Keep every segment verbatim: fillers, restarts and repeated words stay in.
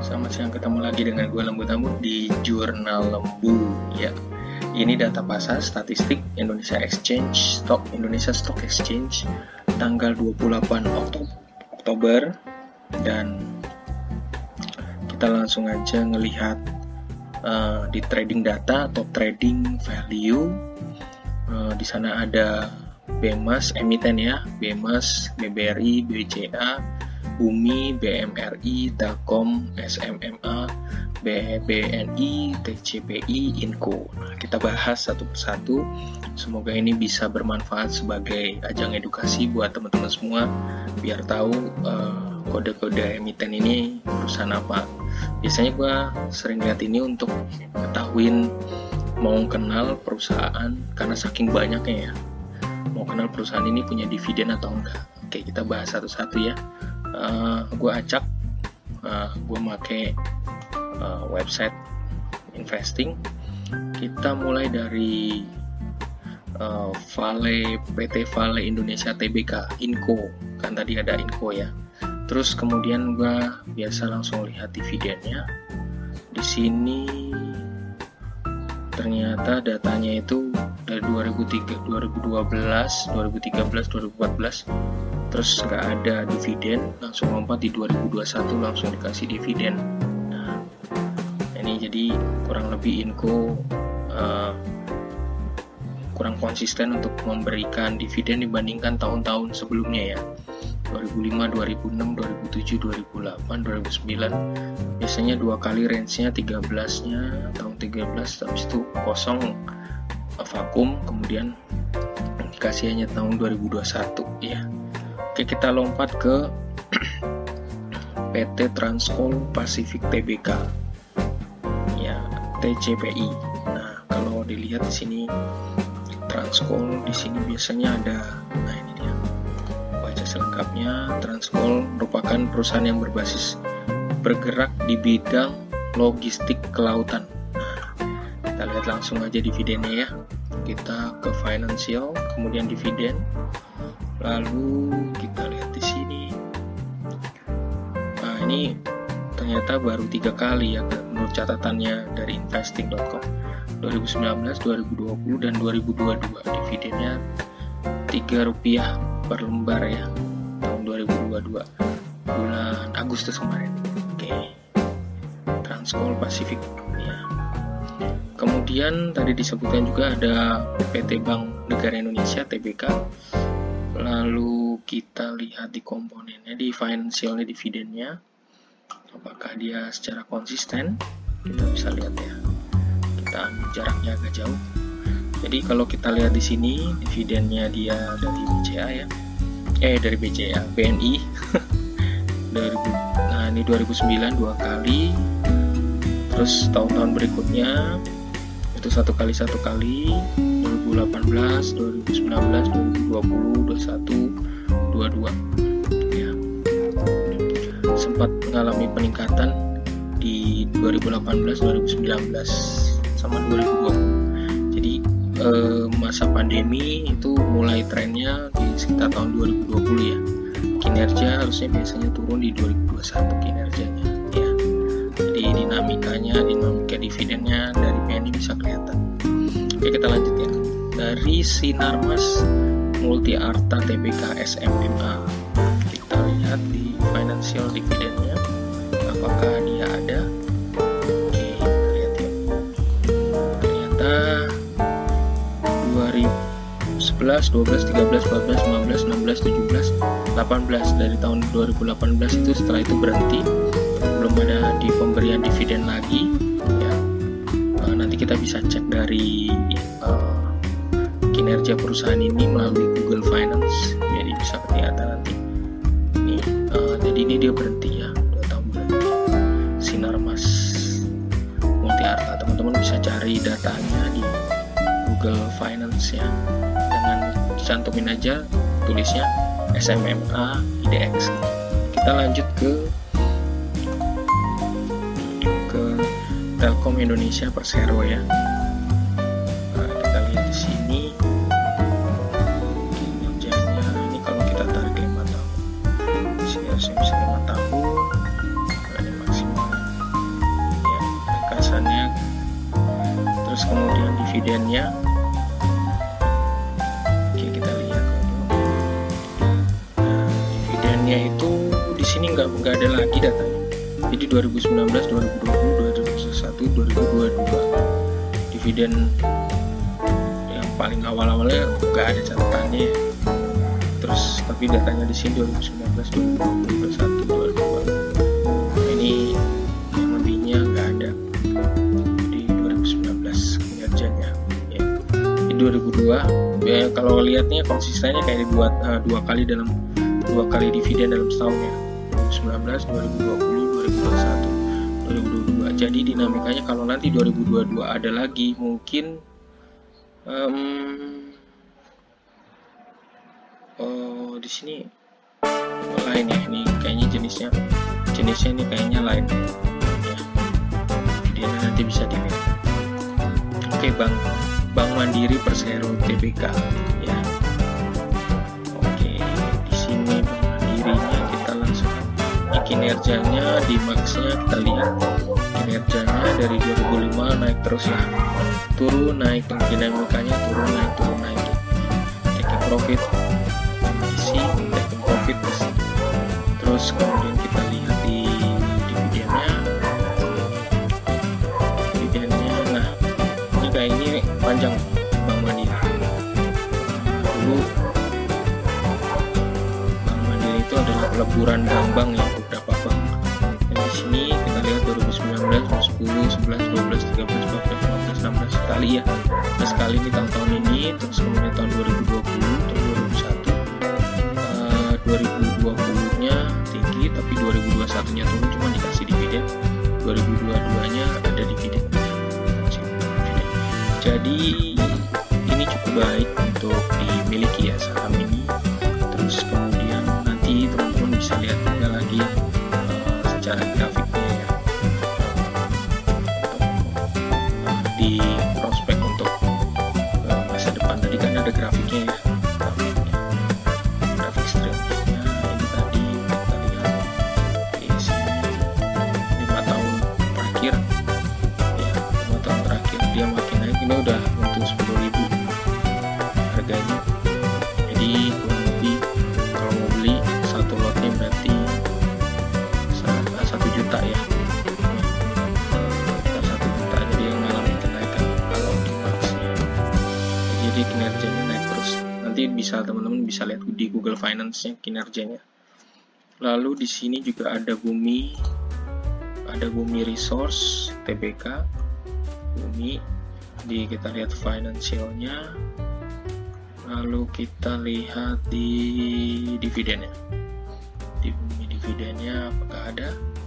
Selamat siang, ketemu lagi dengan gue Lembu Tambun di Jurnal Lembu ya. Ini data pasar statistik Indonesia Exchange, Stock Indonesia Stock Exchange tanggal dua puluh delapan Oktober, dan kita langsung aja ngelihat uh, di trading data atau trading value. Uh, di sana ada B M A S emiten ya, B M A S, B B R I, B C A, Bumi, B M R I, Telkom, S M M A, B B N I, T C P I, Inco. Nah, kita bahas satu persatu. Semoga ini bisa bermanfaat sebagai ajang edukasi buat teman-teman semua, biar tahu uh, kode-kode emiten ini perusahaan apa. Biasanya gue sering lihat ini untuk ngetahuin mau kenal perusahaan karena saking banyaknya ya. Mau kenal perusahaan ini punya dividen atau enggak. Oke, kita bahas satu-satu ya. Uh, gue acak, uh, gue make uh, website investing. Kita mulai dari uh, Vale, P T Vale Indonesia Tbk, Inco, kan tadi ada Inco ya. Terus kemudian gue biasa langsung lihat dividennya. Di sini ternyata datanya itu dari dua ribu tiga, dua ribu dua belas, dua ribu tiga belas, dua ribu empat belas. Terus nggak ada dividen, langsung lompat di dua ribu dua puluh satu langsung dikasih dividen. Nah, ini jadi kurang lebih Inco uh, kurang konsisten untuk memberikan dividen dibandingkan tahun-tahun sebelumnya ya. dua ribu lima, dua ribu enam, dua ribu tujuh, dua ribu delapan, dua ribu sembilan biasanya dua kali range-nya, tiga belas-nya tahun tiga belas, habis itu kosong vakum, kemudian dikasih hanya tahun dua ribu dua puluh satu ya. Oke, kita lompat ke P T Transcoal Pacific Tbk ya, T C P I. Nah, kalau dilihat di sini Transcoal di sini biasanya ada, nah ini dia. Baca selengkapnya. Transcoal merupakan perusahaan yang berbasis bergerak di bidang logistik kelautan. Nah, kita lihat langsung aja dividennya ya. Kita ke financial, kemudian dividen. Lalu kita lihat di sini. Nah, ini ternyata baru tiga kali ya menurut catatannya dari investing dot com. dua ribu sembilan belas, dua ribu dua puluh, dan dua ribu dua puluh dua. Dividennya tiga rupiah per lembar ya. Tahun dua ribu dua puluh dua. Bulan Agustus kemarin. Oke. Transcoal Pacific ya. Kemudian tadi disebutkan juga ada P T Bank Negara Indonesia Tbk. Lalu kita lihat di komponennya, di financialnya, dividennya, apakah dia secara konsisten. Kita bisa lihat ya, kita ambil jaraknya agak jauh. Jadi kalau kita lihat di sini dividennya dia dari B C A ya, eh dari B C A, B N I. Nah ini dua ribu sembilan dua kali, terus tahun-tahun berikutnya itu satu kali satu kali. dua ribu delapan belas, dua ribu sembilan belas, dua ribu dua puluh, dua puluh satu, dua puluh dua ya. Sempat mengalami peningkatan di dua ribu delapan belas, dua ribu sembilan belas sama dua ribu dua puluh. Jadi eh, masa pandemi itu mulai trennya di sekitar tahun dua ribu dua puluh ya. Kinerja harusnya biasanya turun di dua ribu dua puluh satu kinerjanya ya. Jadi dinamikanya, dinamika dividennya dari B N I bisa kelihatan. Oke, kita lanjut ya. Dari Sinarmas Multi Arta Tbk S M M A, kita lihat di financial dividennya apakah dia ada. Oke, kita lihat ya. Ternyata dua ribu sebelas, dua belas, tiga belas, empat belas, lima belas, enam belas, tujuh belas, delapan belas, dari tahun dua ribu delapan belas itu setelah itu berhenti, belum ada di pemberian dividen lagi ya. Uh, nanti kita bisa cek dari uh, kinerja perusahaan ini melalui Google Finance, jadi bisa kelihatan nanti. Ini, uh, jadi ini dia berhenti ya, dua tahun berhenti. Sinarmas Multi Arta, teman-teman bisa cari datanya di Google Finance ya, dengan cantumin aja tulisnya S M M A I D X. Kita lanjut ke ke Telkom Indonesia Persero ya. Nah, kita lihat di sini kinerjanya. Ini kalau kita tarik lima tahun, di sini harusnya bisa lima tahun. Nah, ini maksimal. terus kemudian dividennya. Oke, kita lihat. Nah, dividennya itu di sini nggak nggak ada lagi datanya. Jadi dua ribu sembilan belas, dua ribu dua puluh, dua ribu dua puluh satu, dua ribu dua puluh dua dividen yang paling awal-awalnya nggak ada catatannya. Terus tapi datanya di sini dua ribu sembilan belas, dua ribu dua puluh, dua ribu dua puluh satu, dua ribu dua puluh. Ini yang lebihnya nggak ada di dua ribu sembilan belas kinerjanya. Ya. Di dua ribu dua, ya, kalau lihatnya konsistennya kayak dibuat uh, dua kali dalam dua kali dividen dalam setahun ya. dua ribu sembilan belas, dua ribu dua puluh, dua ribu dua puluh satu, dua ribu dua puluh dua. Jadi dinamikanya kalau nanti dua ribu dua puluh dua ada lagi mungkin um, oh di sini lain ya, ini kayaknya jenisnya jenisnya ini kayaknya lain ya, dia nanti bisa dilihat. Oke, Bank Bank Mandiri Persero Tbk ya. Oke, di sini Bank Mandirinya kita langsung di kinerjanya, di max-nya kita lihat kinerjanya dari dua ribu lima naik terus ya, turun naik, dinamikanya turun naik turun naik. Taking profit taking profit terus kemudian kita lihat di dividennya dividennya nah ini kayak ini panjang Bank Mandiri. Dulu Bank Mandiri itu adalah peleburan bank-bank ya, beberapa bank. Dan di sini kita lihat dua ribu sembilan belas, dua ribu sepuluh, sebelas, dua belas, tiga belas, empat belas, lima belas, enam belas sekali ya, nah, sekali di tahun-tahun ini. Terus kemudian tahun dua ribu dua puluh, tahun dua ribu satu, dua ribu dua puluh-nya tinggi tapi dua ribu dua puluh satu-nya turun, cuma dikasih dividen. dua ribu dua puluh dua-nya ada dividen. Jadi ini cukup baik untuk dimiliki ya saham ini. Terus kemudian nanti teman-teman bisa lihat juga lagi uh, secara grafiknya ya, uh, di prospek untuk uh, masa depan. Tadi kan ada grafiknya ya, grafiknya grafik strength. Dia makin naik, ini udah untuk sepuluh ribu harganya. Jadi kurang lebih kalau mau beli satu lotnya berarti satu juta ya, satu juta aja dia mengalami kenaikan kalau di max-nya. Jadi kinerjanya naik terus. Nanti bisa teman-teman bisa lihat di Google Finance-nya kinerjanya. Lalu di sini juga ada Bumi, ada Bumi Resource Tbk. Bumi, di kita lihat finansialnya, lalu kita lihat di dividennya. Di Bumi dividennya apakah ada?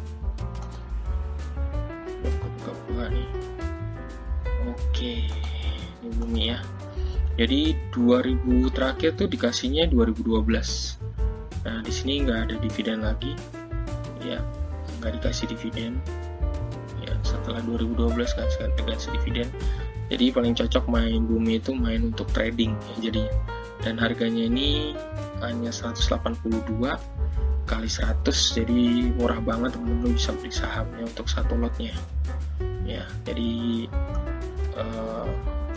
Buka-buka nih. Oke, ini Bumi ya. Jadi dua ribu terakhir tuh dikasihnya dua ribu dua belas. Nah di sini nggak ada dividen lagi, ya nggak dikasih dividen. Setelah dua ribu dua belas kan dikasih dividen. Jadi paling cocok main Bumi itu main untuk trading ya, jadi dan harganya ini hanya seratus delapan puluh dua kali seratus, jadi murah banget teman-teman bisa beli sahamnya untuk satu lotnya ya. Jadi uh,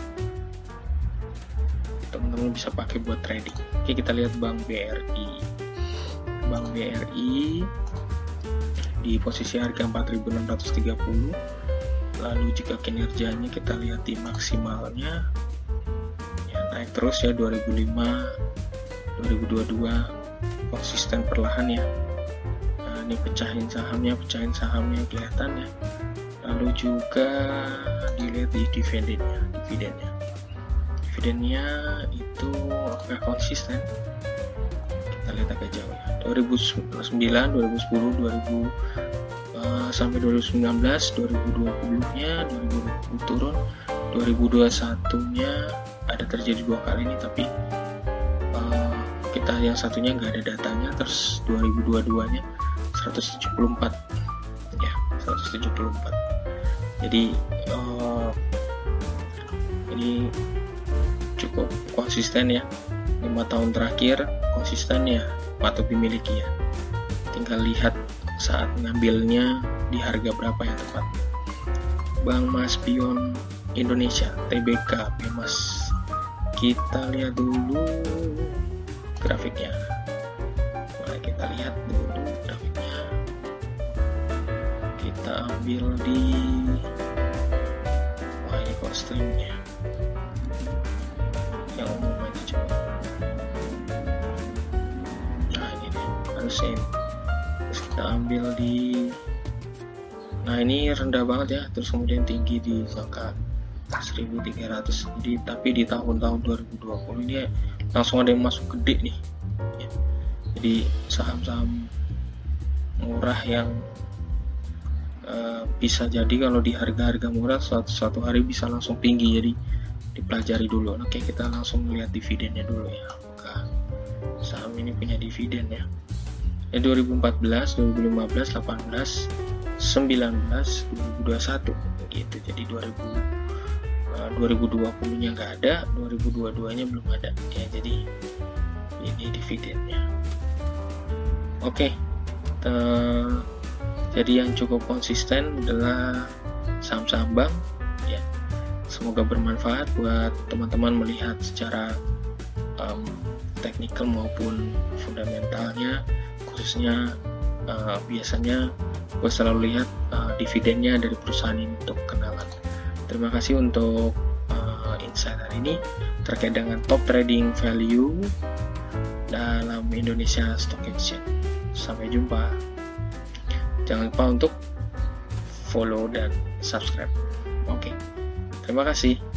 teman-teman bisa pakai buat trading. Oke, kita lihat Bank B R I. Bank B R I di posisi harga empat ribu enam ratus tiga puluh. Lalu jika kinerjanya kita lihat di maksimalnya ya naik terus ya, dua ribu lima, dua ribu dua puluh dua konsisten perlahan ya. Nah, ini pecahin sahamnya, pecahin sahamnya kelihatan ya. Lalu juga dilihat di dividennya, dividennya. Dividennya itu agak konsisten. Kita lihat agak jauh ya. dua ribu sembilan, dua ribu sepuluh, dua ribu uh, sampai dua ribu sembilan belas, dua ribu dua puluh-nya, dua ribu dua puluh turun, dua ribu dua puluh satu-nya ada terjadi dua kali ini, tapi uh, kita yang satunya nggak ada datanya. Terus dua ribu dua puluh dua-nya seratus tujuh puluh empat ya, seratus tujuh puluh empat. Jadi uh, ini cukup konsisten ya, lima tahun terakhir konsisten ya, patut dimiliki ya. Tinggal lihat saat ngambilnya di harga berapa yang tepat. Bank Maspion Indonesia, T B K Pemas. Kita lihat dulu grafiknya. Mari kita lihat dulu grafiknya. Kita ambil di, wah ini kok streamnya yang umum aja coba. Nah ini deh, harusnya ini. Terus kita ambil di, nah ini rendah banget ya, terus kemudian tinggi di angka seribu tiga ratus. Jadi tapi di tahun-tahun dua ribu dua puluh ini langsung ada yang masuk gede nih ya. Jadi saham-saham murah yang uh, bisa jadi kalau di harga-harga murah suatu, suatu hari bisa langsung tinggi, jadi dipelajari dulu. Oke, kita langsung lihat dividennya dulu ya, apakah saham ini punya dividen ya. Ya dua ribu empat belas, dua ribu lima belas, delapan belas, sembilan belas, dua ribu dua puluh satu gitu. Jadi dua ribu dua ribu dua puluh nya nggak ada, dua ribu dua puluh dua nya belum ada ya, jadi ini dividennya. Oke, te- jadi yang cukup konsisten adalah saham-saham bank ya. Semoga bermanfaat buat teman-teman melihat secara um, teknikal maupun fundamentalnya, khususnya uh, biasanya gue selalu lihat uh, dividennya dari perusahaan ini untuk kenalan. Terima kasih untuk uh, insight hari ini terkait dengan top trading value dalam Indonesia Stock Exchange. Sampai jumpa. Jangan lupa untuk follow dan subscribe. Oke, terima kasih.